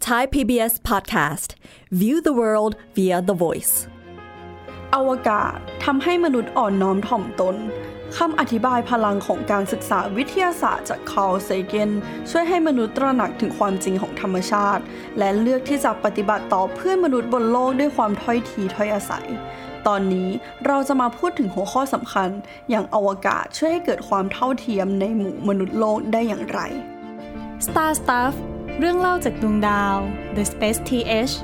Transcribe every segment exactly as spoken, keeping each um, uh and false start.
Thai พี บี เอส Podcast View the world via the voice อวกาศทำให้มนุษย์อ่อนน้อมถ่อมตนคำอธิบายพลังของการศึกษาวิทยาศาสตร์จากคาร์ล เซเกนช่วยให้มนุษย์ตระหนักถึงความจริงของธรรมชาติและเลือกที่จะปฏิบัติต่อเพื่อนมนุษย์บนโลกด้วยความถ้อยทีถ้อยอาศัยตอนนี้เราจะมาพูดถึงหัวข้อสำคัญอย่างอวกาศช่วยให้เกิดความเท่าเทียมในหมู่มนุษย์โลกได้อย่างไร Star Stuff เรื่องเล่าจากดวงดาว The Space ที เอช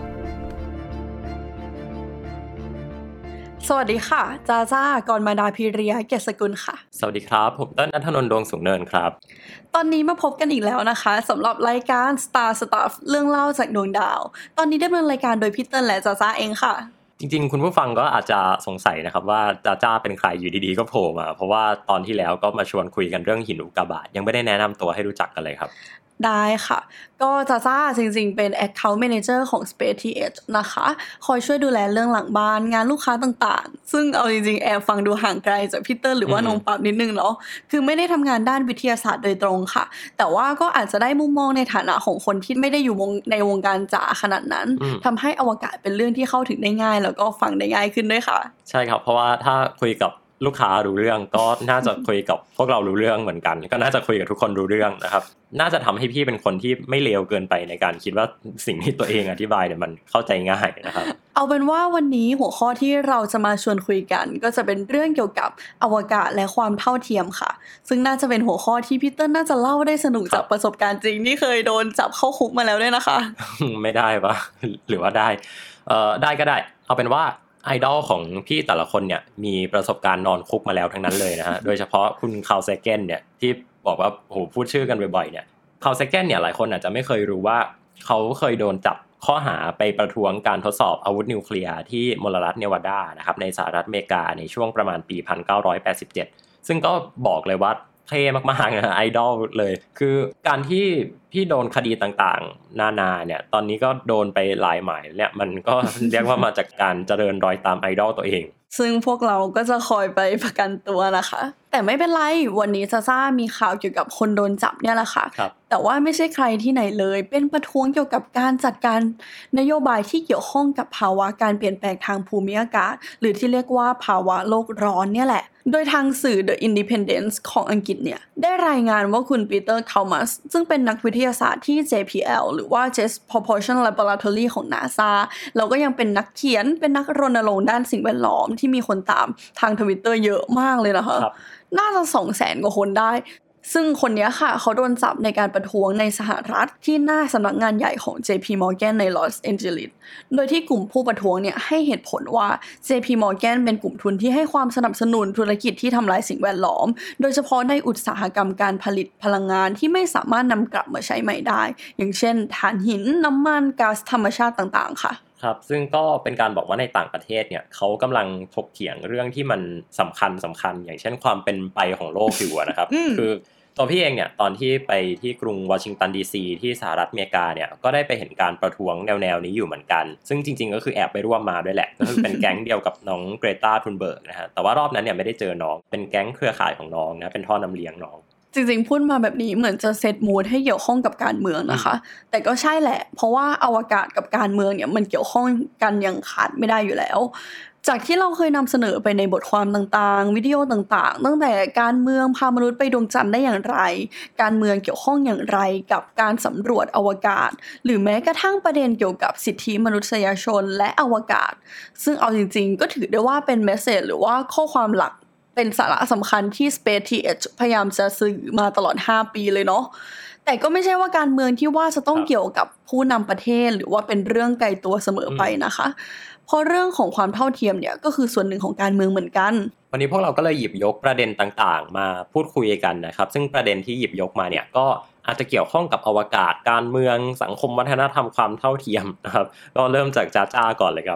สวัสดีค่ะจ้าจ้ากรมาดาพิริยะเกียรติสกุลค่ะสวัสดีครับผมเติ้ลณัฐนนท์ดวงสูงเนินครับตอนนี้มาพบกันอีกแล้วนะคะสำหรับรายการ Star Stuff เรื่องเล่าจากดวงดาวตอนนี้ดำเนินรายการโดยพี่เติ้ลและจ้าจ้าเองค่ะจริงๆคุณผู้ฟังก็อาจจะสงสัยนะครับว่าจ้าจ้าเป็นใครอยู่ดีๆก็โผล่มาเพราะว่าตอนที่แล้วก็มาชวนคุยกันเรื่องหินอุกกาบาตยังไม่ได้แนะนำตัวให้รู้จักกันเลยครับได้ค่ะก็จ้าจ้าจริงๆเป็น Account Manager ของ Space ที เอช นะคะคอยช่วยดูแลเรื่องหลังบ้านงานลูกค้าต่างๆซึ่งเอาจริงๆแอบฟังดูห่างไกลจากพี่เติ้ลหรือว่าน้องปั๊บนิดนึงเนาะคือไม่ได้ทำงานด้านวิทยาศาสตร์โดยตรงค่ะแต่ว่าก็อาจจะได้มุมมองในฐานะของคนที่ไม่ได้อยู่ในวงการจ๋าขนาดนั้นทำให้อวกาศเป็นเรื่องที่เข้าถึงได้ง่ายแล้วก็ฟังได้ง่ายขึ้นด้วยค่ะใช่ครับเพราะว่าถ้าคุยกับลูกค้ารู้เรื่องก็น่าจะคุยกับพวกเรารู้เรื่องเหมือนกันก็น่าจะคุยกับทุกคนรู้เรื่องนะครับน่าจะทำให้พี่เป็นคนที่ไม่เลวเกินไปในการคิดว่าสิ่งที่ตัวเองอธิบายเนี่ยมันเข้าใจง่ายนะครับเอาเป็นว่าวันนี้หัวข้อที่เราจะมาชวนคุยกันก็จะเป็นเรื่องเกี่ยวกับอวกาศและความเท่าเทียมค่ะซึ่งน่าจะเป็นหัวข้อที่พี่เติ้ลน่าจะเล่าได้สนุกจากประสบการณ์จริงที่เคยโดนจับเข้าคุกมาแล้วด้วยนะคะไม่ได้ปะหรือว่าได้เอ่อได้ก็ได้เอาเป็นว่าไอดอลของพี่แต่ละคนเนี่ยมีประสบการณ์นอนคุกมาแล้วทั้งนั้นเลยนะฮะ โดยเฉพาะคุณคาร์ล เซเกนเนี่ยที่บอกว่าโหพูดชื่อกันบ่อยๆเนี่ยคาร์ล เซเกนเนี่ยหลายคนอาจจะไม่เคยรู้ว่าเขาเคยโดนจับข้อหาไปประท้วงการทดสอบอาวุธนิวเคลียร์ที่มลรัฐเนวาดานะครับในสหรัฐอเมริกาในช่วงประมาณปีหนึ่งพันเก้าร้อยแปดสิบเจ็ดซึ่งก็บอกเลยว่าเท่มากๆนะไอดอลเลยคือการที่พี่โดนคดีต่างๆนานาเนี่ยตอนนี้ก็โดนไปหลายหมายเนี่ยมันก็เรียกว่ามาจากการเจริญรอยตามไอดอลตัวเองซึ่งพวกเราก็จะคอยไปประกันตัวนะคะแต่ไม่เป็นไรวันนี้ซ่าซ่ามีข่าวเกี่ยวกับคนโดนจับเนี่ยแหละค่ะแต่ว่าไม่ใช่ใครที่ไหนเลยเป็นประท้วงเกี่ยวกับการจัดการนโยบายที่เกี่ยวข้องกับภาวะการเปลี่ยนแปลงทางภูมิอากาศหรือที่เรียกว่าภาวะโลกร้อนเนี่ยแหละโดยทางสื่อ The Independent ของอังกฤษเนี่ยได้รายงานว่าคุณปีเตอร์ คาลมัสซึ่งเป็นนักวิทยาศาสตร์ที่ เจ พี แอล หรือว่า Jet Propulsion Laboratory ของ NASA แล้วก็ยังเป็นนักเขียนเป็นนักรณรงค์ด้านสิ่งแวดล้อมที่มีคนตามทาง Twitter เยอะมากเลยนะคะน่าจะ สองแสน กว่าคนได้ซึ่งคนนี้ค่ะเขาโดนจับในการประท้วงในสหรัฐที่หน้าสำนักงานใหญ่ของ เจ พี Morgan ในลอสแอนเจลิสโดยที่กลุ่มผู้ประท้วงเนี่ยให้เหตุผลว่า เจ พี Morgan เป็นกลุ่มทุนที่ให้ความสนับสนุนธุรกิจที่ทำลายสิ่งแวดล้อมโดยเฉพาะในอุตสาหกรรมการผลิตพลังงานที่ไม่สามารถนำกลับมาใช้ใหม่ได้อย่างเช่นถ่านหินน้ำมันก๊าซธรรมชาติต่างๆค่ะครับซึ่งก็เป็นการบอกว่าในต่างประเทศเนี่ยเขากำลังถกเถียงเรื่องที่มันสำคัญสำคัญอย่างเช่นความเป็นไปของโลกอยู่นะครับ คือตัวพี่เองเนี่ยตอนที่ไปที่กรุงวอชิงตันดีซีที่สหรัฐอเมริกาเนี่ยก็ได้ไปเห็นการประท้วงแนวๆนี้อยู่เหมือนกันซึ่งจริงๆก็คือแอบไปร่วมมาด้วยแหละก็คือเป็นแก๊งเดียวกับน้องเกรตา ทุนเบิร์กนะฮะแต่ว่ารอบนั้นเนี่ยไม่ได้เจอน้องเป็นแก๊งเครือข่ายของน้องนะเป็นท่อนำเลี้ยงน้องจริงๆพูดมาแบบนี้เหมือนจะเซตมูดให้เกี่ยวข้องกับการเมืองนะคะแต่ก็ใช่แหละเพราะว่าอวกาศกับการเมืองเนี่ยมันเกี่ยวข้องกันอย่างขาดไม่ได้อยู่แล้วจากที่เราเคยนำเสนอไปในบทความต่างๆวิดีโอต่างๆตั้งแต่การเมืองพามนุษย์ไปดวงจันทร์ได้อย่างไรการเมืองเกี่ยวข้องอย่างไรกับการสำรวจอวกาศหรือแม้กระทั่งประเด็นเกี่ยวกับสิทธิมนุษยชนและอวกาศซึ่งเอาจริงๆก็ถือได้ว่าเป็นเมสเสจหรือว่าข้อความหลักเป็นสาระสำคัญที่ Space ที เอช พยายามจะสื่อมาตลอดห้าปีเลยเนาะแต่ก็ไม่ใช่ว่าการเมืองที่ว่าจะต้องเกี่ยวกับผู้นำประเทศหรือว่าเป็นเรื่องไกลตัวเสมอไปนะคะเพราะเรื่องของความเท่าเทียมเนี่ยก็คือส่วนหนึ่งของการเมืองเหมือนกันวันนี้พวกเราก็เลยหยิบยกประเด็นต่างๆมาพูดคุยกันนะครับซึ่งประเด็นที่หยิบยกมาเนี่ยก็อาจจะเกี่ยวข้องกับอวกาศการเมืองสังคมวัฒนธรรมความเท่าเทียมนะครับก็เริ่มจากจ้าจ้าก่อนเลยครับเรื่อง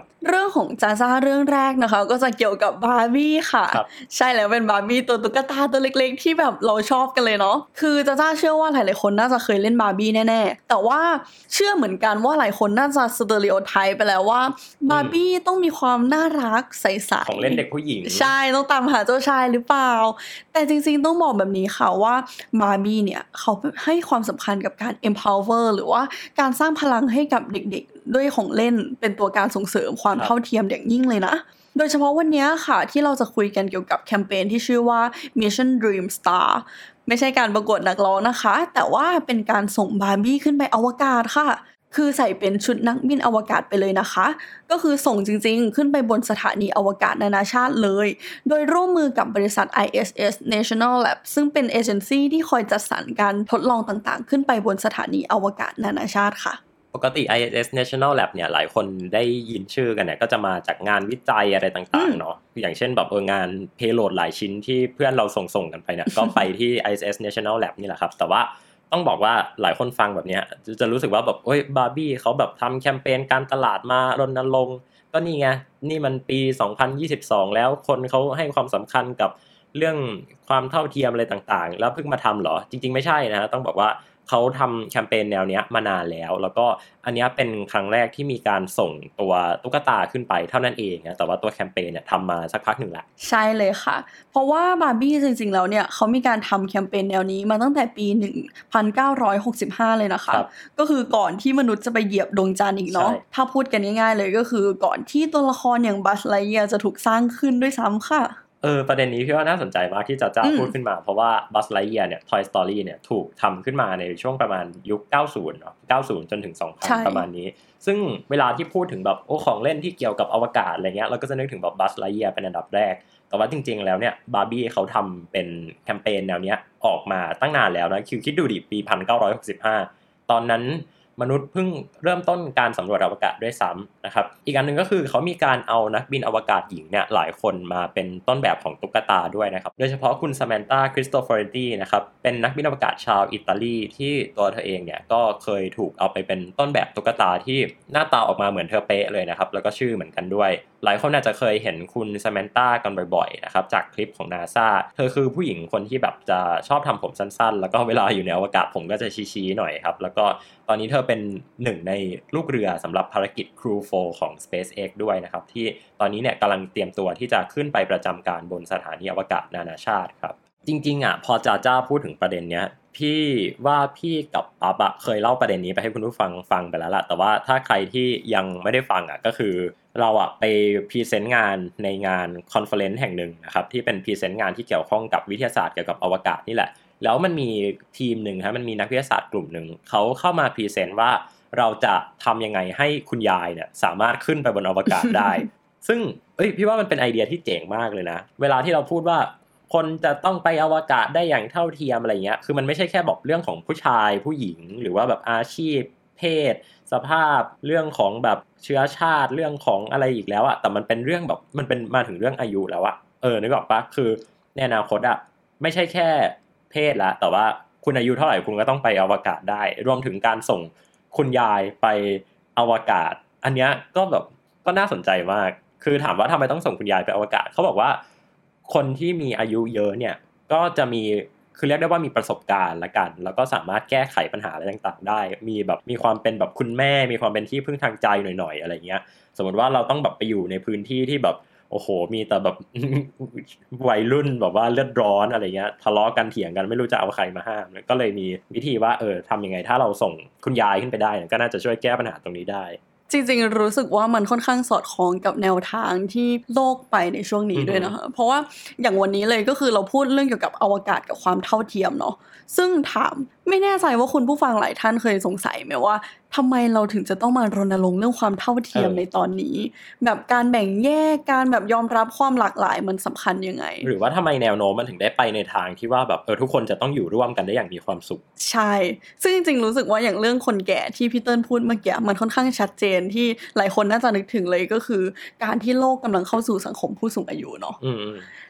รื่องของจาซ่าเรื่องแรกนะคะก็จะเกี่ยวกับบาร์บี้ค่ะใช่แล้วเป็นบาร์บี้ตัวตุ๊กตาตัวเล็กๆที่แบบเราชอบกันเลยเนาะคือจาซ่าเชื่อว่าหลายๆคนน่าจะเคยเล่นบาร์บี้แน่ๆแต่ว่าเชื่อเหมือนกันว่าหลายคนน่าจะสเตอริโอไทป์ไปแล้วว่าบาร์บี้ต้องมีความน่ารักใสๆของเล่นเด็กผู้หญิงใช่ต้องตามหาเจ้าชายหรือเปล่าแต่จริงๆต้องบอกแบบนี้ค่ะว่าบาร์บี้เนี่ยเขาให้ความสำคัญกับการ empower หรือว่าการสร้างพลังให้กับเด็กๆด้วยของเล่นเป็นตัวการส่งเสริมความเท่าเทียมอย่างยิ่งเลยนะโดยเฉพาะวันนี้ค่ะที่เราจะคุยกันเกี่ยวกับแคมเปญที่ชื่อว่า Mission Dream Star ไม่ใช่การประกวดนักร้องนะคะแต่ว่าเป็นการส่งบาร์บี้ขึ้นไปอวกาศค่ะคือใส่เป็นชุดนักบินอวกาศไปเลยนะคะก็คือส่งจริงๆขึ้นไปบนสถานีอวกาศนานาชาติเลยโดยร่วมมือกับบริษัท ไอ เอส เอส National Lab ซึ่งเป็นเอเจนซี่ที่คอยจัดสรรการทดลองต่างๆขึ้นไปบนสถานีอวกาศนานาชาติค่ะปกติ ไอ เอส เอส National Lab เนี่ยหลายคนได้ยินชื่อกันเนี่ยก็จะมาจากงานวิจัยอะไรต่างๆเนาะอย่างเช่นแบบเอองาน payload หลายชิ้นที่เพื่อนเราส่งๆกันไปเนี่ยก็ไปที่ ไอ เอส เอส National Lab นี่แหละครับแต่ว่าต้องบอกว่าหลายคนฟังแบบนี้จะรู้สึกว่าแบบโอ๊ยบาร์บี้เขาแบบทำแคมเปญการตลาดมารณรงค์ก็นี่ไงนี่มันปีสองพันยี่สิบสองแล้วคนเขาให้ความสำคัญกับเรื่องความเท่าเทียมอะไรต่างๆแล้วเพิ่งมาทำเหรอจริงๆไม่ใช่นะต้องบอกว่าเขาทำแคมเปญแนวนี้มานานแล้วแล้วก็อันนี้เป็นครั้งแรกที่มีการส่งตัวตุ๊กตาขึ้นไปเท่านั้นเองนะแต่ว่าตัวแคมเปญเนี่ยทำมาสักพักหนึ่งแล้วใช่เลยค่ะเพราะว่าบาร์บี้จริงๆแล้วเนี่ยเขามีการทำแคมเปญแนวนี้มาตั้งแต่ปีหนึ่งพันเก้าร้อยหกสิบห้าเลยนะคะก็คือก่อนที่มนุษย์จะไปเหยียบดวงจันทร์อีกเนาะถ้าพูดกันง่ายๆเลยก็คือก่อนที่ตัวละครอย่างบัสไลเยียร์จะถูกสร้างขึ้นด้วยซ้ำค่ะเออประเด็นนี้พี่ว่าน่าสนใจมากที่จะจ้าพูดขึ้นมาเพราะว่า Buzz Lightyear เนี่ย Toy Story เนี่ยถูกทำขึ้นมาในช่วงประมาณยุคเก้าสิบเนาะเก้าสิบจนถึงสองพันประมาณนี้ซึ่งเวลาที่พูดถึงแบบโอ้ของเล่นที่เกี่ยวกับอวกาศอะไรเงี้ยเราก็จะนึกถึงแบบ Buzz Lightyear เป็นอันดับแรกแต่ว่าจริงๆแล้วเนี่ย Barbie เขาทำเป็นแคมเปญแนวเนี้ยออกมาตั้งนานแล้วนะคือคิดดูดิปีหนึ่งพันเก้าร้อยหกสิบห้าตอนนั้นมนุษย์เพิ่งเริ่มต้นการสำรวจอวกาศด้วยซ้ำนะครับอีกอันนึงก็คือเขามีการเอานักบินอวกาศหญิงเนี่ยหลายคนมาเป็นต้นแบบของตุ๊กตาด้วยนะครับโดยเฉพาะคุณซามันธาคริสโตฟอเรนตีนะครับเป็นนักบินอวกาศชาวอิตาลีที่ตัวเธอเองเนี่ยก็เคยถูกเอาไปเป็นต้นแบบตุ๊กตาที่หน้าตาออกมาเหมือนเธอเป๊ะเลยนะครับแล้วก็ชื่อเหมือนกันด้วยหลายคนอาจจะเคยเห็นคุณซามันธากันบ่อยๆนะครับจากคลิปของ NASA เธอคือผู้หญิงคนที่แบบจะชอบทำผมสั้นๆแล้วก็เวลาอยู่ในอวกาศผมก็จะชี้ๆหน่อยครับแล้วก็ตอนนี้เธอเป็นหนึ่งในลูกเรือสำหรับภารกิจ Crew โฟร์ ของ SpaceX ด้วยนะครับที่ตอนนี้เนี่ยกำลังเตรียมตัวที่จะขึ้นไปประจำการบนสถานีอวกาศนานาชาติครับจริงๆอ่ะพอจ้าจ้าพูดถึงประเด็นเนี้ยพี่ว่าพี่กับปั๊บอ่ะเคยเล่าประเด็นนี้ไปให้คุณผู้ฟังฟังไปแล้วล่ะแต่ว่าถ้าใครที่ยังไม่ได้ฟังอ่ะก็คือเราอ่ะไปพรีเซนต์งานในงานคอนเฟอเรนซ์แห่งหนึ่งนะครับที่เป็นพรีเซนต์งานที่เกี่ยวข้องกับวิทยาศาสตร์เกี่ยวกับอวกาศนี่แหละแล้วมันมีทีมหนึ่งครับมันมีนักวิทยาศาสตร์กลุ่มหนึ่งเขาเข้ามาพรีเซนต์ว่าเราจะทำยังไงให้คุณยายเนี่ยสามารถขึ้นไปบนอวกาศได้ ซึ่งเอ้ยพี่ว่ามันเป็นไอเดียที่เจ๋งมากเลยนะเวลาที่เราพูดว่าคนจะต้องไปอวกาศได้อย่างเท่าเทียมอะไรเงี้ยคือมันไม่ใช่แค่บอกเรื่องของผู้ชายผู้หญิงหรือว่าแบบอาชีพเพศสภาพเรื่องของแบบเชื้อชาติเรื่องของอะไรอีกแล้วอะแต่มันเป็นเรื่องแบบมันเป็นมาถึงเรื่องอายุแล้วอะเออนึกออกปะคือในอนาคตอะไม่ใช่แค่เพศละแต่ว่าคุณอายุเท่าไหร่คุณก็ต้องไปอวกาศได้รวมถึงการส่งคุณยายไปอวกาศอันเนี้ยก็แบบก็น่าสนใจมากคือถามว่าทำไมต้องส่งคุณยายไปอวกาศเขาบอกว่าคนที่มีอายุเยอะเนี่ยก็จะมีคือเรียกได้ว่ามีประสบการณ์ละกันแล้วก็สามารถแก้ไขปัญหาอะไรต่างๆได้มีแบบมีความเป็นแบบคุณแม่มีความเป็นที่พึ่งทางใจหน่อยๆอะไรเงี้ยสมมติว่าเราต้องแบบไปอยู่ในพื้นที่ที่แบบโอ้โหมีแต่แบบ วัยรุ่นแบบว่าเลือดร้อนอะไรเงี้ยทะเลาะกันเถียงกันไม่รู้จะเอาใครมาห้ามก็เลยมีวิธีว่าเออทำยังไงถ้าเราส่งคุณยายขึ้นไปได้ก็น่าจะช่วยแก้ปัญหาตรงนี้ได้จริงๆรู้สึกว่ามันค่อนข้างสอดคล้องกับแนวทางที่โลกไปในช่วงนี้ด้วยนะคะเพราะว่าอย่างวันนี้เลยก็คือเราพูดเรื่องเกี่ยวกับอวกาศกับความเท่าเทียมเนาะซึ่งถามไม่แน่ใจว่าคุณผู้ฟังหลายท่านเคยสงสัยไหมว่าทำไมเราถึงจะต้องมารณรงค์เรื่องความเท่าเทียมในตอนนี้แบบการแบ่งแยกการแบบยอมรับความหลากหลายมันสำคัญยังไงหรือว่าทำไมแนวโน้มมันถึงได้ไปในทางที่ว่าแบบเออทุกคนจะต้องอยู่ร่วมกันได้อย่างมีความสุขใช่ซึ่งจริงๆรู้สึกว่าอย่างเรื่องคนแก่ที่พี่เติ้ลพูดเมื่อกี้มันค่อนข้างชัดเจนที่หลายคนน่าจะนึกถึงเลยก็คือการที่โลกกำลังเข้าสู่สังคมผู้สูงอายุเนาะ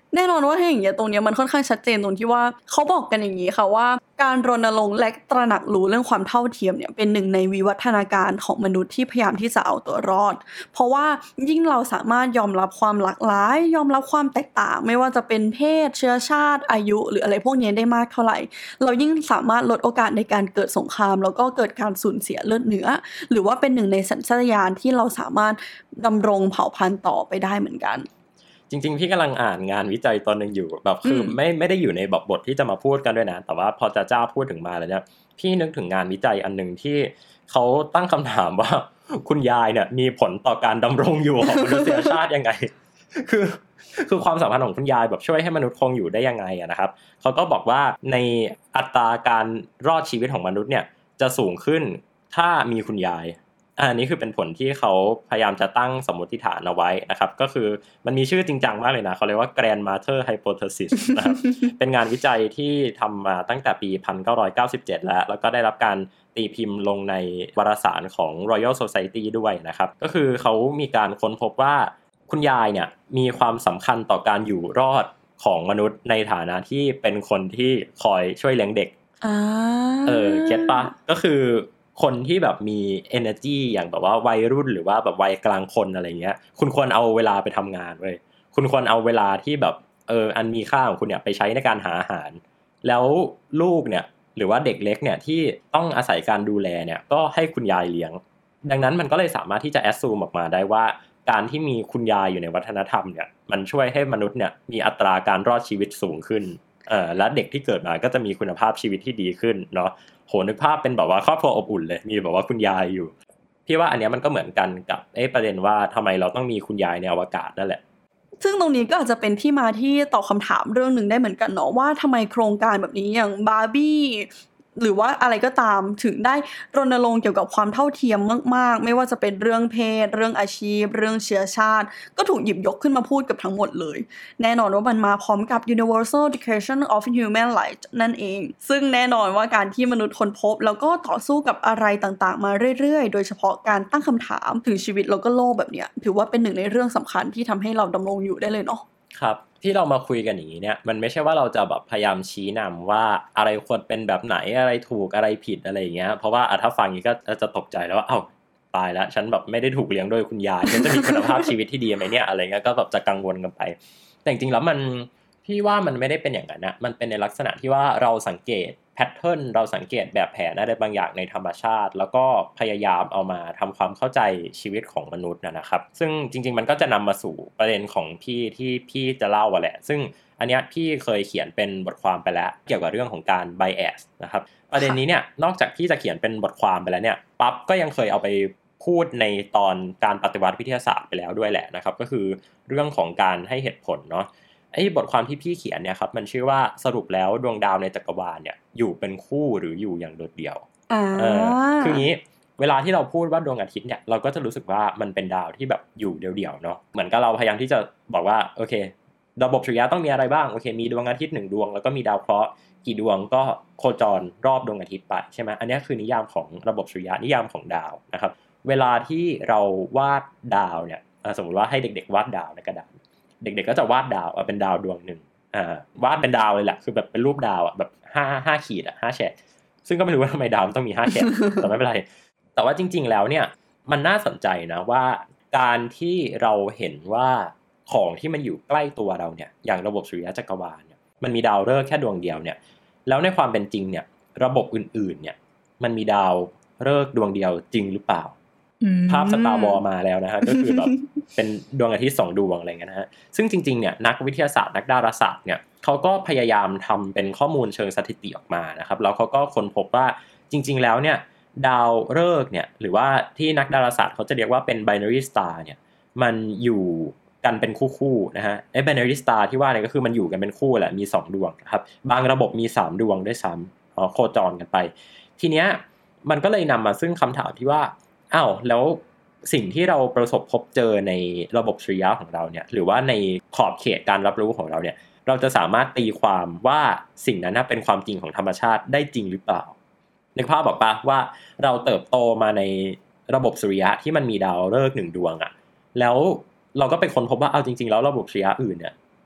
แน่นอนว่าถ้าอย่างเงี้ยตรงเนี้ยมันค่อนข้างชัดเจนตรงที่ว่าเขาบอกกันอย่างนี้ค่ะว่าการรณรงค์และตระหนักรู้เรื่องความเท่าเทียมเนี่ยเป็นหนึ่งในวิวัฒนาการของมนุษย์ที่พยายามที่จะเอาตัวรอดเพราะว่ายิ่งเราสามารถยอมรับความหลากหลายยอมรับความแตกต่างไม่ว่าจะเป็นเพศเชื้อชาติอายุหรืออะไรพวกนี้ได้มากเท่าไหร่เรายิ่งสามารถลดโอกาสในการเกิดสงครามแล้วก็เกิดการสูญเสียเลือดเนื้อหรือว่าเป็นหนึ่งในสัญชาตญาณที่เราสามารถดำรงเผ่าพันธุ์ต่อไปได้เหมือนกันจริงๆพี่กำลังอ่านงานวิจัยตอนนึงอยู่แบบคือไม่ไม่ได้อยู่ในบทบทที่จะมาพูดกันด้วยนะแต่ว่าพอจะจ้าพูดถึงมาแล้วเนี่ยพี่นึกถึงงานวิจัยอันนึงที่เขาตั้งคำถามว่าคุณยายเนี่ยมีผลต่อการดำรงอยู่ของมนุษยชาติยังไงคือคือความสัมพันธ์ของคุณยายแบบช่วยให้มนุษย์คงอยู่ได้ยังไงอะนะครับเขาก็บอกว่าในอัตราการรอดชีวิตของมนุษย์เนี่ยจะสูงขึ้นถ้ามีคุณยายอันนี้คือเป็นผลที่เขาพยายามจะตั้งสมมติฐานเอาไว้นะครับก็คือมันมีชื่อจริงจังมากเลยนะเขาเรียกว่า grandmother hypothesis นะครับ เป็นงานวิจัยที่ทำมาตั้งแต่ปีหนึ่งพันเก้าร้อยเก้าสิบเจ็ดแล้วแล้วก็ได้รับการตีพิมพ์ลงในวารสารของ Royal Society ด้วยนะครับก็คือเขามีการค้นพบว่าคุณยายเนี่ยมีความสำคัญต่อการอยู่รอดของมนุษย์ในฐานะที่เป็นคนที่คอยช่วยเลี้ยงเด็กอ่าเออเก็ทป่ะก็คือคนที่แบบมี energy อย่างแบบว่าวัยรุ่นหรือว่าแบบวัยกลางคนอะไรเงี้ยคุณควรเอาเวลาไปทำงานเว้ยคุณควรเอาเวลาที่แบบเอออันมีค่าของคุณเนี่ยไปใช้ในการหาอาหารแล้วลูกเนี่ยหรือว่าเด็กเล็กเนี่ยที่ต้องอาศัยการดูแลเนี่ยก็ให้คุณยายเลี้ยงดังนั้นมันก็เลยสามารถที่จะ assume ออกมาได้ว่าการที่มีคุณยายอยู่ในวัฒนธรรมเนี่ยมันช่วยให้มนุษย์เนี่ยมีอัตราการรอดชีวิตสูงขึ้นเอ่อและเด็กที่เกิดมาก็จะมีคุณภาพชีวิตที่ดีขึ้นเนาะโหนึกภาพเป็นแบบว่าครอบครัวอบอุ่นเลยมีแบบว่าคุณยายอยู่พี่ว่าอันเนี้ยมันก็เหมือนกันกับเอ๊ะประเด็นว่าทำไมเราต้องมีคุณยายในอวกาศนั่นแหละซึ่งตรงนี้ก็อาจจะเป็นที่มาที่ตอบคำถามเรื่องนึงได้เหมือนกันเนาะว่าทำไมโครงการแบบนี้อย่างบาร์บี้หรือว่าอะไรก็ตามถึงได้รณรงค์เกี่ยวกับความเท่าเทียมมากๆไม่ว่าจะเป็นเรื่องเพศเรื่องอาชีพเรื่องเชื้อชาติก็ถูกหยิบยกขึ้นมาพูดกับทั้งหมดเลยแน่นอนว่ามันมาพร้อมกับ Universal Declaration of Human Rights นั่นเองซึ่งแน่นอนว่าการที่มนุษย์ค้นพบแล้วก็ต่อสู้กับอะไรต่างๆมาเรื่อยๆโดยเฉพาะการตั้งคำถามถึงชีวิตแล้วก็โลกแบบเนี้ยถือว่าเป็นหนึ่งในเรื่องสำคัญที่ทำให้เราดำรงอยู่ได้เลยเนาะครับที่เรามาคุยกันอย่างนี้เนี่ยมันไม่ใช่ว่าเราจะแบบพยายามชี้นำว่าอะไรควรเป็นแบบไหนอะไรถูกอะไรผิดอะไรอย่างเงี้ยเพราะว่าถ้าฟังอย่างนี้ก็จะตกใจแล้วว่าเอ้าตายแล้วฉันแบบไม่ได้ถูกเลี้ยงโดยคุณยายฉันจะมีคุณภาพชีวิตที่ดีไหมเนี่ยอะไรเงี้ยก็แบบจะกังวลกันไปแต่จริงๆแล้วมันพี่ว่ามันไม่ได้เป็นอย่างนั้นนะมันเป็นในลักษณะที่ว่าเราสังเกตแพทเทิร์นเราสังเกตแบบแผนอะไรบางอย่างในธรรมชาติแล้วก็พยายามเอามาทำความเข้าใจชีวิตของมนุษย์นะครับซึ่งจริงๆมันก็จะนำมาสู่ประเด็นของพี่ที่พี่จะเล่าอ่ะแหละซึ่งอันเนี้ยพี่เคยเขียนเป็นบทความไปแล้วเกี่ยวกับเรื่องของการ bias นะครับประเด็นนี้เนี่ยนอกจากพี่จะเขียนเป็นบทความไปแล้วเนี่ยปั๊บก็ยังเคยเอาไปพูดในตอนการปฏิวัติวิทยาศาสตร์ไปแล้วด้วยแหละนะครับก็คือเรื่องของการให้เหตุผลเนาะไอ้บทความที่พี่เขียนเนี่ยครับมันชื่อว่าสรุปแล้วดวงดาวในจักรวาลเนี่ยอยู่เป็นคู่หรืออยู่อย่างโดดเดี่ยวอ่าเออคืองี้เวลาที่เราพูดว่าดวงอาทิตย์เนี่ยเราก็จะรู้สึกว่ามันเป็นดาวที่แบบอยู่เดี่ยวๆเนาะเหมือนกับเราพยายามที่จะบอกว่าโอเคระบบสุริยะต้องมีอะไรบ้างโอเคมีดวงอาทิตย์หนึ่งดวงแล้วก็มีดาวเคราะห์กี่ดวงก็โคจรรอบดวงอาทิตย์ไปใช่ไหมอันนี้คือนิยามของระบบสุริยะนิยามของดาวนะครับเวลาที่เราวาดดาวเนี่ยสมมติว่าให้เด็กๆวาดดาวในกระดาษเด็กๆก็จะวาดดาวเป็นดาวดวงหนึ่งอ่าวาดเป็นดาวเลยแหละคือแบบเป็นรูปดาวอ่ะแบบห้า ห้าขีดอ่ะห้าแฉกซึ่งก็ไม่รู้ว่าทำไมดาวต้องมีห้าแฉก แต่ไม่เป็นไรแต่ว่าจริงๆแล้วเนี่ยมันน่าสนใจนะว่าการที่เราเห็นว่าของที่มันอยู่ใกล้ตัวเราเนี่ยอย่างระบบสุริยะจักรวาลเนี่ยมันมีดาวฤกษ์แค่ดวงเดียวเนี่ยแล้วในความเป็นจริงเนี่ยระบบอื่นๆเนี่ยมันมีดาวฤกษ์ดวงเดียวจริงหรือเปล่าภาพสตาร์วอร์มาแล้วนะฮะก็คือแบบเป็นดวงอาทิตย์สองดวงอะไรเงี้ยนะฮะซึ่งจริงๆเนี่ยนักวิทยาศาสตร์นักดาราศาสตร์เนี่ยเขาก็พยายามทำเป็นข้อมูลเชิงสถิติออกมานะครับแล้วเขาก็ค้นพบว่าจริงๆแล้วเนี่ยดาวฤกษ์เนี่ยหรือว่าที่นักดาราศาสตร์เขาจะเรียกว่าเป็น binary star เนี่ยมันอยู่กันเป็นคู่ๆนะฮะไอ้ binary star ที่ว่าเนี่ยก็คือมันอยู่กันเป็นคู่แหละมีสองดวงนะครับบางระบบมีสามดวงด้วยซ้ำอ๋อโคจรกันไปทีเนี้ยมันก็เลยนำมาซึ่งคำถามที่ว่าอ้าวแล้วสิ่งที่เราประสบพบเจอในระบบสุริยะของเราเนี่ยหรือว่าในขอบเขตการรับรู้ของเราเนี่ยเราจะสามารถตีความว่าสิ่งนั้นเป็นความจริงของธรรมชาติได้จริงหรือเปล่านึกภาพบอกป่ะว่าเราเติบโตมาในระบบสุริยะที่มันมีดาวฤกษ์หนึ่งดวงอ่ะแล้วเราก็ไปค้นพบว่าเอาจริงๆแล้วระบบสุริยะอื่นเนี่ย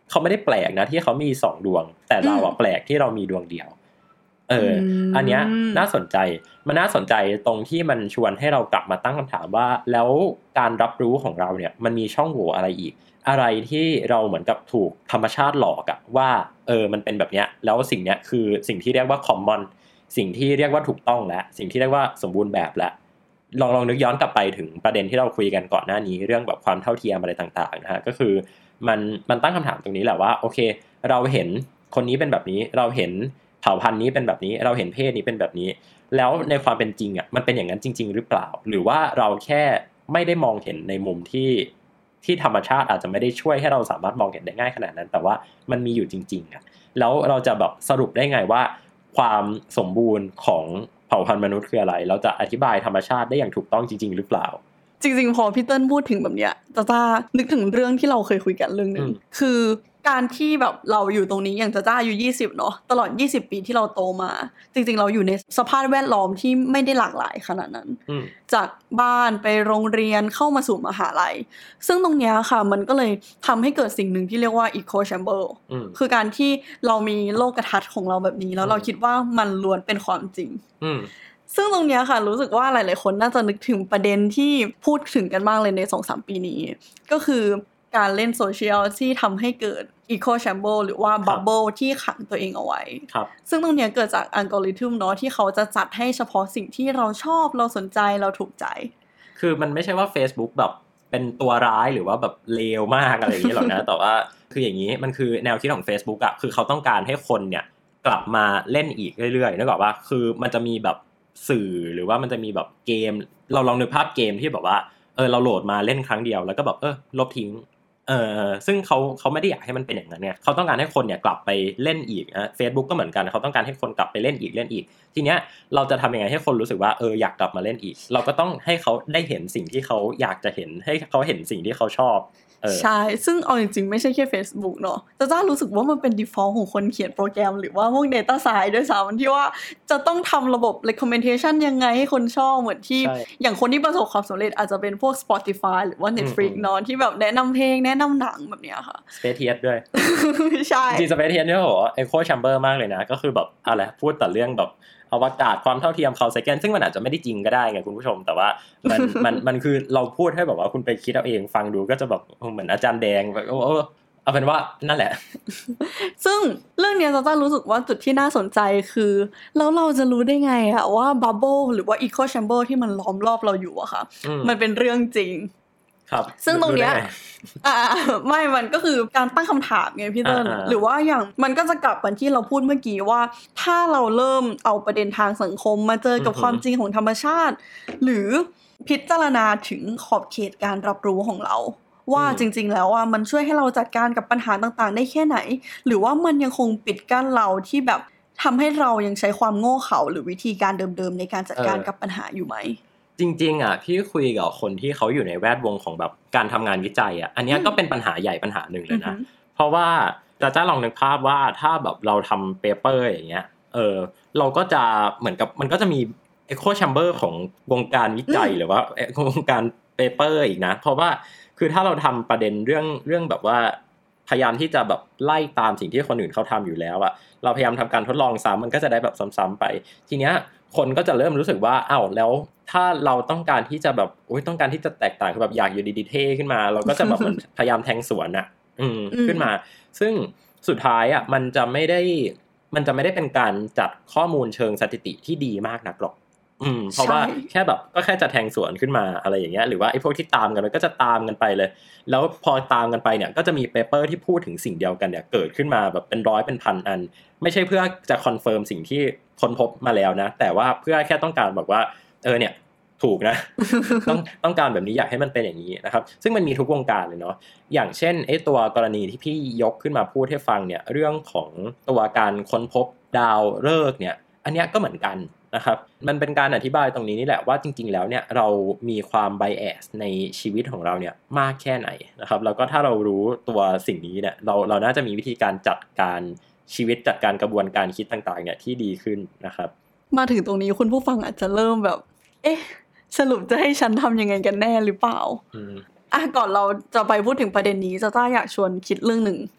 เขาไม่ได้แปลกนะที่เขามีสองดวงแต่เราอะแปลกที่เรามีดวงเดียวเอออันเนี้ยน่าสนใจมันน่าสนใจตรงที่มันชวนให้เรากลับมาตั้งคำถามว่าแล้วการรับรู้ของเราเนี่ยมันมีช่องโหว่อะไรอีกอะไรที่เราเหมือนกับถูกธรรมชาติหลอกอะว่าเออมันเป็นแบบเนี้ยแล้วสิ่งเนี้ยคือสิ่งที่เรียกว่า common สิ่งที่เรียกว่าถูกต้องและสิ่งที่เรียกว่าสมบูรณ์แบบและลองลองนึกย้อนกลับไปถึงประเด็นที่เราคุยกันก่อนหน้านี้เรื่องแบบความเท่าเทียมอะไรต่างๆนะฮะก็คือมันมันตั้งคำถามตรงนี้แหละว่าโอเคเราเห็นคนนี้เป็นแบบนี้เราเห็นเผ่าพันธุ์นี้เป็นแบบนี้เราเห็นเพศนี้เป็นแบบนี้แล้วในความเป็นจริงอ่ะมันเป็นอย่างนั้นจริงๆหรือเปล่าหรือว่าเราแค่ไม่ได้มองเห็นในมุมที่ที่ธรรมชาติอาจจะไม่ได้ช่วยให้เราสามารถมองเห็นได้ง่ายขนาดนั้นแต่ว่ามันมีอยู่จริงๆอ่ะแล้วเราจะแบบสรุปได้ไงว่าความสมบูรณ์ของเผ่าพันธุ์มนุษย์คืออะไรเราจะอธิบายธรรมชาติได้อย่างถูกต้องจริงๆหรือเปล่าจริงๆพอพี่เติ้ลพูดถึงแบบเนี้ยจะจะนึกถึงเรื่องที่เราเคยคุยกันเรื่องนึงคือการที่แบบเราอยู่ตรงนี้อย่างจะจ้าอายุยี่สิบเนาะตลอดยี่สิบปีที่เราโตมาจริงๆเราอยู่ในสภาพแวดล้อมที่ไม่ได้หลากหลายขนาดนั้นจากบ้านไปโรงเรียนเข้ามาสู่มหาลัยซึ่งตรงเนี้ยค่ะมันก็เลยทำให้เกิดสิ่งหนึ่งที่เรียกว่า echo chamber คือการที่เรามีโลกทัศน์ของเราแบบนี้แล้วเราคิดว่ามันล้วนเป็นความจริงซึ่งตรงเนี้ยค่ะรู้สึกว่าหลายๆคนน่าจะนึกถึงประเด็นที่พูดถึงกันมากเลยใน สองถึงสาม ปีนี้ก็คือการเล่นโซเชียลที่ทำให้เกิด echo chamber หรือว่า bubble ที่ขังตัวเองเอาไว้ซึ่งตรงเนี้ยเกิดจากอัลกอริทึมเนาะที่เขาจะจัดให้เฉพาะสิ่งที่เราชอบเราสนใจเราถูกใจคือมันไม่ใช่ว่า Facebook แบบเป็นตัวร้ายหรือว่าแบบเลวมากอะไรอย่างนี้หรอกนะ แต่ว่าคืออย่างนี้มันคือแนวคิดของ Facebook อ่ะคือเขาต้องการให้คนเนี่ยกลับมาเล่นอีกเรื่อยๆนึกออกป่ะคือมันจะมีแบบสื่อหรือว่ามันจะมีแบบเกมเราลองนึกภาพเกมที่แบบว่าเออเราโหลดมาเล่นครั้งเดียวแล้วก็แบบเออลบทิ้งเออซึ่งเขาเขาไม่ได้อยากให้มันเป็นอย่างนั้นเนี่ยเขาต้องการให้คนเนี่ยกลับไปเล่นอีกนะ Facebook ก็เหมือนกันเขาต้องการให้คนกลับไปเล่นอีกเล่นอีกทีเนี้ยเราจะทำยังไงให้คนรู้สึกว่าเอออยากกลับมาเล่นอีกเราก็ต้องให้เขาได้เห็นสิ่งที่เขาอยากจะเห็นให้เขาเห็นสิ่งที่เขาชอบใช่ซึ่งเอาจริงๆไม่ใช่แค่ Facebook เนาะจะจ้ารู้สึกว่ามันเป็น default ของคนเขียนโปรแกรมหรือว่าพวก data science ด้วยซ้ำที่ว่าจะต้องทำระบบ recommendation ยังไงให้คนชอบเหมือนที่อย่างคนที่ประสบความสำเร็จอาจจะเป็นพวก Spotify หรือว่า Netflix เนาะที่แบบแนะนำเพลงแนะนำหนังแบบเนี้ยค่ะ Space Head ด้วยใช่จริง Space Head เนี่ยโห Echo Chamber มากเลยนะก็คือแบบอะไรพูดแต่เรื่องแบบอวกาศความเท่าเทียมเขาไซเคิลซึ่งมันอาจจะไม่ได้จริงก็ได้ไงคุณผู้ชมแต่ว่ามันมันมันคือเราพูดให้แบบว่าคุณไปคิดเอาเองฟังดูก็จะแบบเหมือนอาจารย์แดงแบบเออเอาเป็นว่านั่นแหละซึ่งเรื่องนี้จะรู้สึกว่าจุดที่น่าสนใจคือแล้วเราจะรู้ได้ไงอะว่าบับเบิ้ลหรือว่า echo chamber ที่มันล้อมรอบเราอยู่อะค่ะมันเป็นเรื่องจริงครับซึ่งตรงเนี้ยอ่าไม่มันก็คือการตั้งคำถามไงพี่เติ้ลหรือว่าอย่างมันก็จะกลับมาที่เราพูดเมื่อกี้ว่าถ้าเราเริ่มเอาประเด็นทางสังคมมาเจอกับความจริงของธรรมชาติหรือพิจารณาถึงขอบเขตการรับรู้ของเราว่าจริงๆแล้วอ่ะมันช่วยให้เราจัดการกับปัญหาต่างๆได้แค่ไหนหรือว่ามันยังคงปิดกั้นเราที่แบบทำให้เรายังใช้ความโง่เขลาหรือวิธีการเดิมๆในการจัดการกับปัญหาอยู่ไหมจริงๆอ่ะพี่คุยกับคนที่เขาอยู่ในแวดวงของแบบการทำงานวิจัยอ่ะอันนี้ก็เป็นปัญหาใหญ่ปัญหาหนึ่งเลยนะเพราะว่าจะจะลองนึกภาพว่าถ้าแบบเราทำเปเปอร์อย่างเงี้ยเออเราก็จะเหมือนกับมันก็จะมี echo chamber ของวงการวิจัยหรือว่าวงการเปเปอร์อีกนะเพราะว่าคือถ้าเราทำประเด็นเรื่องเรื่องแบบว่าพยายามที่จะแบบไล่ตามสิ่งที่คนอื่นเขาทำอยู่แล้วอะเราพยายามทำการทดลองซ้ำมันก็จะได้แบบซ้ำๆไปทีเนี้ยคนก็จะเริ่มรู้สึกว่าอ้าวแล้วถ้าเราต้องการที่จะแบบโอ๊ยต้องการที่จะแตกต่างคือแบบอยากอยู่ดีๆเท่ขึ้นมาเราก็จะแบบเหมือนพยายามแทงสวนอะอืมขึ้นมาซึ่งสุดท้ายอะมันจะไม่ได้มันจะไม่ได้เป็นการจัดข้อมูลเชิงสถิติที่ดีมากนักหรอกอืมเพราะว่าแค่แบบก็แค่จะแทงสวนขึ้นมาอะไรอย่างเงี้ยหรือว่าไอ้พวกที่ตามกันมันก็จะตามกันไปเลยแล้วพอตามกันไปเนี่ยก็จะมีเปเปอร์ที่พูดถึงสิ่งเดียวกันเนี่ยเกิดขึ้นมาแบบเป็นร้อยเป็นพันอันไม่ใช่เพื่อจะคอนเฟิร์มสิ่งที่ค้นพบมาแล้วนะแต่ว่าเพื่อแค่ต้องการบอกว่าเออเนี่ยถูกนะ ต้องต้องการแบบนี้อยากให้มันเป็นอย่างนี้นะครับซึ่งมันมีทุกวงการเลยเนาะอย่างเช่นไอ้ตัวกรณีที่พี่ยกขึ้นมาพูดให้ฟังเนี่ยเรื่องของตัวการค้นพบดาวฤกษ์เนี่ยอันเนี้ยก็เหมือนกันนะครับมันเป็นการอธิบายตรงนี้นี่แหละว่าจริงๆแล้วเนี่ยเรามีความ bias ในชีวิตของเราเนี่ยมากแค่ไหนนะครับแล้วก็ถ้าเรารู้ตัวสิ่งนี้เนี่ยเราเราน่าจะมีวิธีการจัดการชีวิตจัดการกระบวนการคิดต่างๆเนี่ยที่ดีขึ้นนะครับมาถึงตรงนี้คุณผู้ฟังอาจจะเริ่มแบบเอ๊ะสรุปจะให้ฉันทำยังไงกันแน่หรือเปล่าอืมอ่ะก่อนเราจะไปพูดถึงประเด็นนี้จะต้าอยากชวนคิดเรื่องหนึ่ง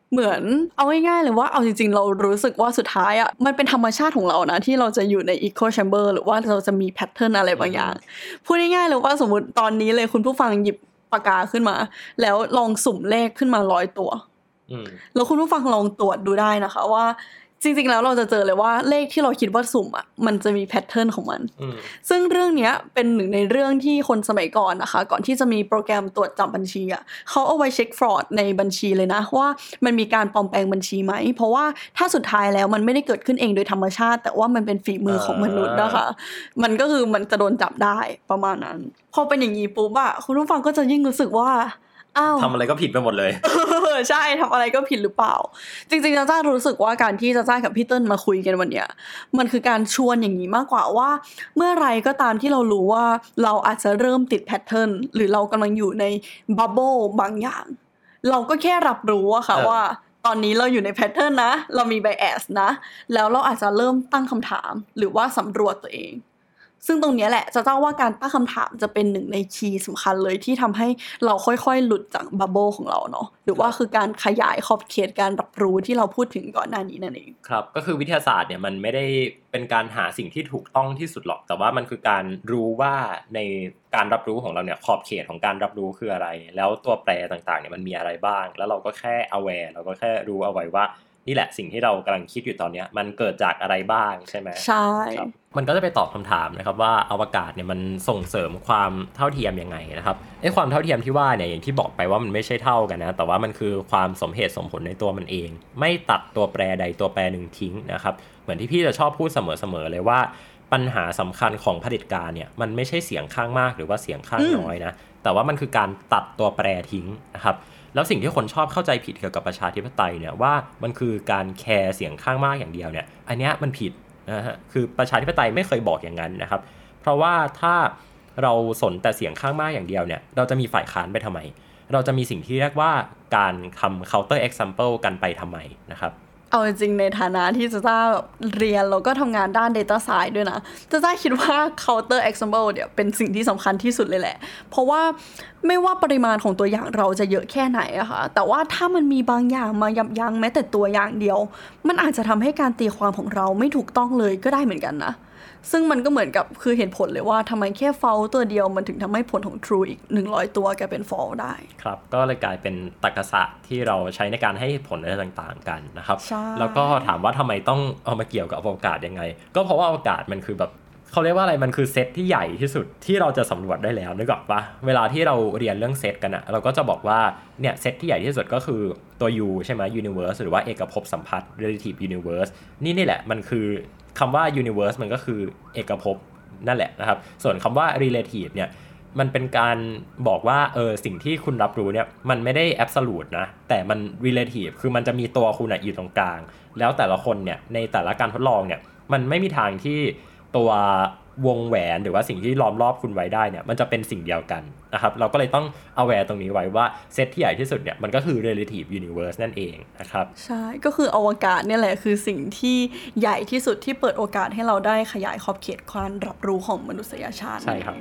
เหมือนเอาง่ายๆเลยว่าเอาจริงๆเรารู้สึกว่าสุดท้ายอ่ะมันเป็นธรรมชาติของเรานะที่เราจะอยู่ใน echo chamber หรือว่าเราจะมีแพทเทิร์นอะไรบางอย่างพูดง่ายๆเลยว่าสมมุติตอนนี้เลยคุณผู้ฟังหยิบปากกาขึ้นมาแล้วลองสุ่มเลขขึ้นมาร้อยตัวแล้วคุณผู้ฟังลองตรวจดูได้นะคะว่าจริงๆแล้วเราจะเจอเลยว่าเลขที่เราคิดว่าสุ่มอ่ะมันจะมีแพทเทิร์นของมันซึ่งเรื่องนี้เป็นหนึ่งในเรื่องที่คนสมัยก่อนนะคะก่อนที่จะมีโปรแกรมตรวจจับบัญชีอ่ะเขาเอาไว้เช็คฟรอดในบัญชีเลยนะว่ามันมีการปลอมแปลงบัญชีไหมเพราะว่าถ้าสุดท้ายแล้วมันไม่ได้เกิดขึ้นเองโดยธรรมชาติแต่ว่ามันเป็นฝีมือของมนุษย์นะคะมันก็คือมันจะโดนจับได้ประมาณนั้นพอเป็นอย่างนี้ปุ๊บอ่ะคุณผู้ฟังก็จะยิ่งรู้สึกว่าทำอะไรก็ผิดไปหมดเลยใช่ทำอะไรก็ผิดหรือเปล่าจริงๆจ้าจ้ารู้สึกว่าการที่จ้าจ้ากับพี่เติ้ลมาคุยกันวันเนี้ยมันคือการชวนอย่างนี้มากกว่าว่าเมื่อไรก็ตามที่เรารู้ว่าเราอาจจะเริ่มติดแพทเทิร์นหรือเรากำลังอยู่ในบับเบิ้ลบางอย่างเราก็แค่รับรู้อะค่ะว่าตอนนี้เราอยู่ในแพทเทิร์นนะเรามีไบแอสนะแล้วเราอาจจะเริ่มตั้งคำถามหรือว่าสำรวจตัวเองซึ่งตรงนี้แหละจะเจ้าว่าการตั้งคำถามจะเป็นหนึ่งในคีย์สำคัญเลยที่ทำให้เราค่อยๆหลุดจากบับเบิ้ลของเราเนาะหรือว่าคือการขยายขอบเขตการรับรู้ที่เราพูดถึงก่อนหน้านี้นั่นเองครับก็คือวิทยาศาสตร์เนี่ยมันไม่ได้เป็นการหาสิ่งที่ถูกต้องที่สุดหรอกแต่ว่ามันคือการรู้ว่าในการรับรู้ของเราเนี่ยขอบเขตของการรับรู้คืออะไรแล้วตัวแปรต่างๆเนี่ยมันมีอะไรบ้างแล้วเราก็แค่ aware เราก็แค่รู้เอาไว้ว่านี่แหละสิ่งที่เรากำลังคิดอยู่ตอนนี้มันเกิดจากอะไรบ้างใช่ไหมใช่มันก็จะไปตอบคำถามนะครับว่าอวกาศเนี่ยมันส่งเสริมความเท่าเทียมยังไงนะครับไอ้ความเท่าเทียมที่ว่าเนี่ยอย่างที่บอกไปว่ามันไม่ใช่เท่ากันนะแต่ว่ามันคือความสมเหตุสมผลในตัวมันเองไม่ตัดตัวแปรใดตัวแปรหนึ่งทิ้งนะครับเหมือนที่พี่จะชอบพูดเสมอๆเลยว่าปัญหาสำคัญของเผด็จการเนี่ยมันไม่ใช่เสียงข้างมากหรือว่าเสียงข้างน้อยนะแต่ว่ามันคือการตัดตัวแปรทิ้งนะครับแล้วสิ่งที่คนชอบเข้าใจผิดเกี่ยวกับประชาธิปไตยเนี่ยว่ามันคือการแคร์เสียงข้างมากอย่างเดียวเนี่ยอันเนี้ยมันผิดนะฮะคือประชาธิปไตยไม่เคยบอกอย่างนั้นนะครับเพราะว่าถ้าเราสนแต่เสียงข้างมากอย่างเดียวเนี่ยเราจะมีฝ่ายค้านไปทำไมเราจะมีสิ่งที่เรียกว่าการทำ counter example กันไปทำไมนะครับเอาจริงในฐานะที่จะจ้าเรียนแล้วก็ทำงานด้าน data science ด้วยนะจะจ้าคิดว่า counter example เนี่ยเป็นสิ่งที่สำคัญที่สุดเลยแหละเพราะว่าไม่ว่าปริมาณของตัวอย่างเราจะเยอะแค่ไหนอะค่ะแต่ว่าถ้ามันมีบางอย่างมายับยั้งแม้แต่ตัวอย่างเดียวมันอาจจะทำให้การตีความของเราไม่ถูกต้องเลยก็ได้เหมือนกันนะซึ่งมันก็เหมือนกับคือเหตุผลเลยว่าทำไมแค่ false ตัวเดียวมันถึงทำให้ผลของ true อีกหนึ่งร้อยตัวกลายเป็น false ได้ครับก็เลยกลายเป็นตรรกศาสตร์ที่เราใช้ในการให้ผลอะไรต่างๆกันนะครับแล้วก็ถามว่าทำไมต้องเอามาเกี่ยวกับอวกาศยังไงก็เพราะว่าอวกาศมันคือแบบเขาเรียกว่าอะไรมันคือเซตที่ใหญ่ที่สุดที่เราจะสำรวจได้แล้วนึกออกปะเวลาที่เราเรียนเรื่องเซตกันอะเราก็จะบอกว่าเนี่ยเซตที่ใหญ่ที่สุดก็คือตัว U ใช่ไหม universe หรือว่าเอกภพสัมพัทธ์ relative universe นี่นี่แหละมันคือคำว่า universe มันก็คือเอกภพนั่นแหละนะครับส่วนคำว่า relative เนี่ยมันเป็นการบอกว่าเออสิ่งที่คุณรับรู้เนี่ยมันไม่ได้ absolute นะแต่มัน relative คือมันจะมีตัวคุณอยู่ตรงกลางแล้วแต่ละคนเนี่ยในแต่ละการทดลองเนี่ยมันไม่มีทางที่ตัววงแหวนหรือว่าสิ่งที่ล้อมรอบคุณไว้ได้เนี่ยมันจะเป็นสิ่งเดียวกันนะครับเราก็เลยต้อง aware ตรงนี้ไว้ว่าเซตที่ใหญ่ที่สุดเนี่ยมันก็คือ relative universe นั่นเองนะครับใช่ก็คืออวกาศเนี่ยแหละคือสิ่งที่ใหญ่ที่สุดที่เปิดโอกาสให้เราได้ขยายขอบเขตการรับรู้ของมนุษยชาติใช่ครับ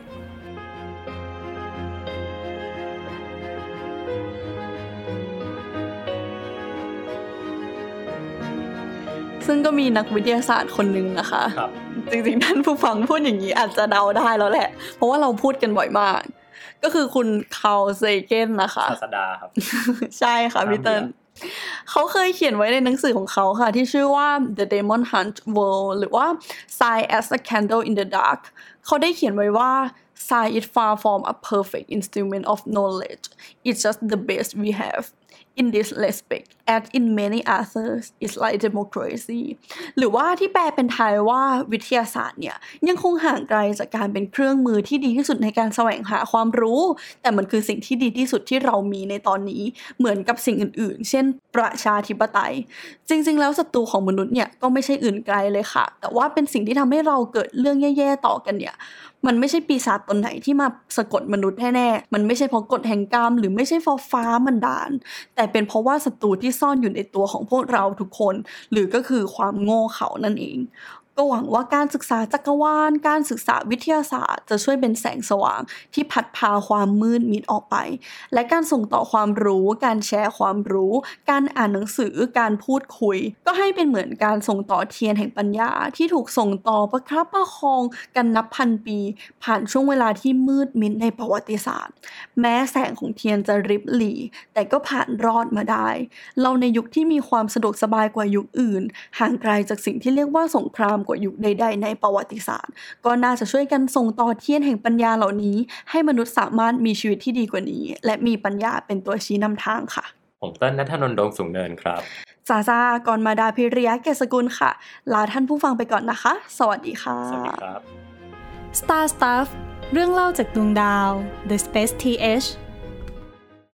ซึ่งก็มีนักวิทยาศาสตร์คนนึงนะคะจริงๆท่านผู้ฟังพูดอย่างนี้อาจจะเดาได้แล้วแหละเพราะว่าเราพูดกันบ่อยมากก็คือคุณคาร์ล เซเกนนะคะศาสดาครับใช่ค่ะพี่เติ้ลเขาเคยเขียนไว้ในหนังสือของเขาค่ะที่ชื่อว่า The Demon Hunt World หรือว่า Science as a Candle in the Dark เขาได้เขียนไว้ว่า Science is far from a perfect instrument of knowledge it's just the best we have in this respect as in many others it's like democracy หรือว่าที่แปลเป็นไทยว่าวิทยาศาสตร์เนี่ยยังคงห่างไกลจากการเป็นเครื่องมือที่ดีที่สุดในการแสวงหาความรู้แต่มันคือสิ่งที่ดีที่สุดที่เรามีในตอนนี้เหมือนกับสิ่งอื่นๆเช่นประชาธิปไตยจริงๆแล้วศัตรูของมนุษย์เนี่ยก็ไม่ใช่อื่นไกลเลยค่ะแต่ว่าเป็นสิ่งที่ทำให้เราเกิดเรื่องแย่ๆต่อกันเนี่ยมันไม่ใช่ปีศาจตนไหนที่มาสะกดมนุษย์แน่ๆมันไม่ใช่เพราะกฎแห่งกรรมหรือไม่ใช่เพราะฟ้าบันดาลแต่เป็นเพราะว่าศัตรูที่ซ่อนอยู่ในตัวของพวกเราทุกคนหรือก็คือความโง่เขลานั่นเองก็หวังว่าการศึกษาจักรวาลการศึกษาวิทยาศาสตร์จะช่วยเป็นแสงสว่างที่พัดพาความมืดมิดออกไปและการส่งต่อความรู้การแชร์ความรู้การอ่านหนังสือการพูดคุยก็ให้เป็นเหมือนการส่งต่อเทียนแห่งปัญญาที่ถูกส่งต่อประคับประคองกันนับพันปีผ่านช่วงเวลาที่มืดมิดในประวัติศาสตร์แม้แสงของเทียนจะริบหรี่แต่ก็ผ่านรอดมาได้เราในยุคที่มีความสะดวกสบายกว่ายุคอื่นห่างไกลจากสิ่งที่เรียกว่าสงครามกว่ายุคใดๆในประวัติศาสตร์ก็น่าจะช่วยกันส่งต่อเทียนแห่งปัญญาเหล่านี้ให้มนุษย์สามารถมีชีวิตที่ดีกว่านี้และมีปัญญาเป็นตัวชี้นำทางค่ะผมเต้นณัฐนนท์ ดวงสูงเนินครับซาซากรมาดาพิริยะเกษกุลค่ะลาท่านผู้ฟังไปก่อนนะคะสวัสดีค่ะสวัสดีครับ Star Stuff เรื่องเล่าจากดวงดาว The Space ที เอช